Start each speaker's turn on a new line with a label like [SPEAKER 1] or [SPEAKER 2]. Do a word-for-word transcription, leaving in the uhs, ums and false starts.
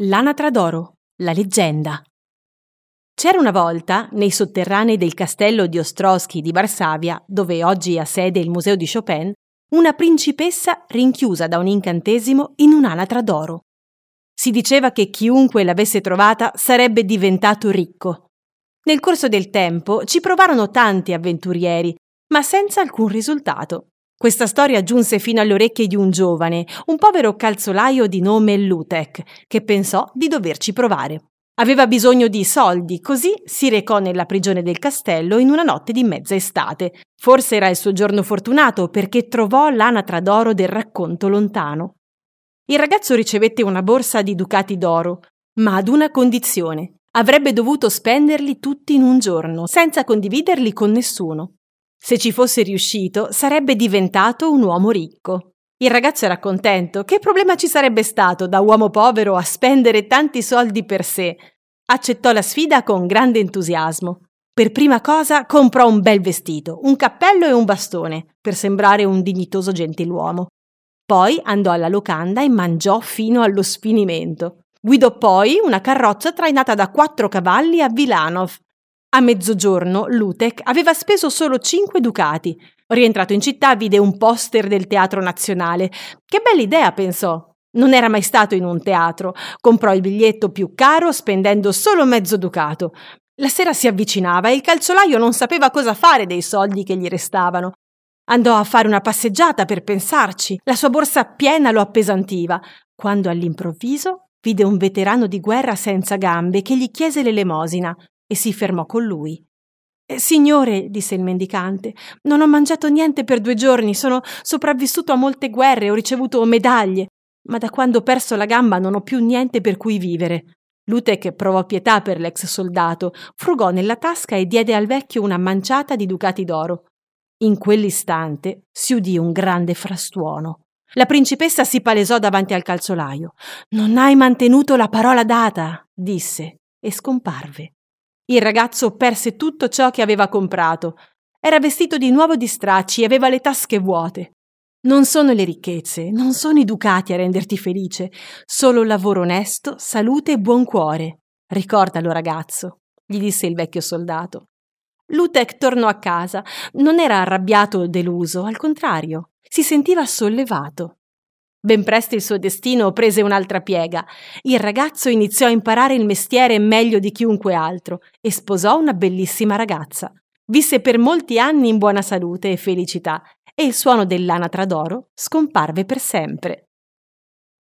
[SPEAKER 1] L'anatra d'oro, la leggenda. C'era una volta, nei sotterranei del castello di Ostrowski di Varsavia, dove oggi ha sede il museo di Chopin, una principessa rinchiusa da un incantesimo in un'anatra d'oro. Si diceva che chiunque l'avesse trovata sarebbe diventato ricco. Nel corso del tempo ci provarono tanti avventurieri, ma senza alcun risultato. Questa storia giunse fino alle orecchie di un giovane, un povero calzolaio di nome Lutek, che pensò di doverci provare. Aveva bisogno di soldi, così si recò nella prigione del castello in una notte di mezza estate. Forse era il suo giorno fortunato perché trovò l'anatra d'oro del racconto lontano. Il ragazzo ricevette una borsa di ducati d'oro, ma ad una condizione. Avrebbe dovuto spenderli tutti in un giorno, senza condividerli con nessuno. Se ci fosse riuscito, sarebbe diventato un uomo ricco. Il ragazzo era contento. Che problema ci sarebbe stato da uomo povero a spendere tanti soldi per sé? Accettò la sfida con grande entusiasmo. Per prima cosa comprò un bel vestito, un cappello e un bastone, per sembrare un dignitoso gentiluomo. Poi andò alla locanda e mangiò fino allo sfinimento. Guidò poi una carrozza trainata da quattro cavalli a Vilanov. A mezzogiorno Lutek aveva speso solo cinque ducati. Rientrato in città vide un poster del Teatro Nazionale. Che bella idea, pensò. Non era mai stato in un teatro. Comprò il biglietto più caro spendendo solo mezzo ducato. La sera si avvicinava e il calzolaio non sapeva cosa fare dei soldi che gli restavano. Andò a fare una passeggiata per pensarci. La sua borsa piena lo appesantiva, quando all'improvviso vide un veterano di guerra senza gambe che gli chiese l'elemosina e si fermò con lui. «Signore», disse il mendicante, «non ho mangiato niente per due giorni, sono sopravvissuto a molte guerre, ho ricevuto medaglie, ma da quando ho perso la gamba non ho più niente per cui vivere». Lutek provò pietà per l'ex soldato, frugò nella tasca e diede al vecchio una manciata di ducati d'oro. In quell'istante si udì un grande frastuono. La principessa si palesò davanti al calzolaio. «Non hai mantenuto la parola data», disse, e scomparve. Il ragazzo perse tutto ciò che aveva comprato. Era vestito di nuovo di stracci e aveva le tasche vuote. Non sono le ricchezze, non sono i ducati a renderti felice, solo lavoro onesto, salute e buon cuore. Ricordalo, ragazzo, gli disse il vecchio soldato. Lutek tornò a casa. Non era arrabbiato o deluso, al contrario, si sentiva sollevato. Ben presto il suo destino prese un'altra piega. Il ragazzo iniziò a imparare il mestiere meglio di chiunque altro e sposò una bellissima ragazza. Visse per molti anni in buona salute e felicità e il suono dell'anatra d'oro scomparve per sempre.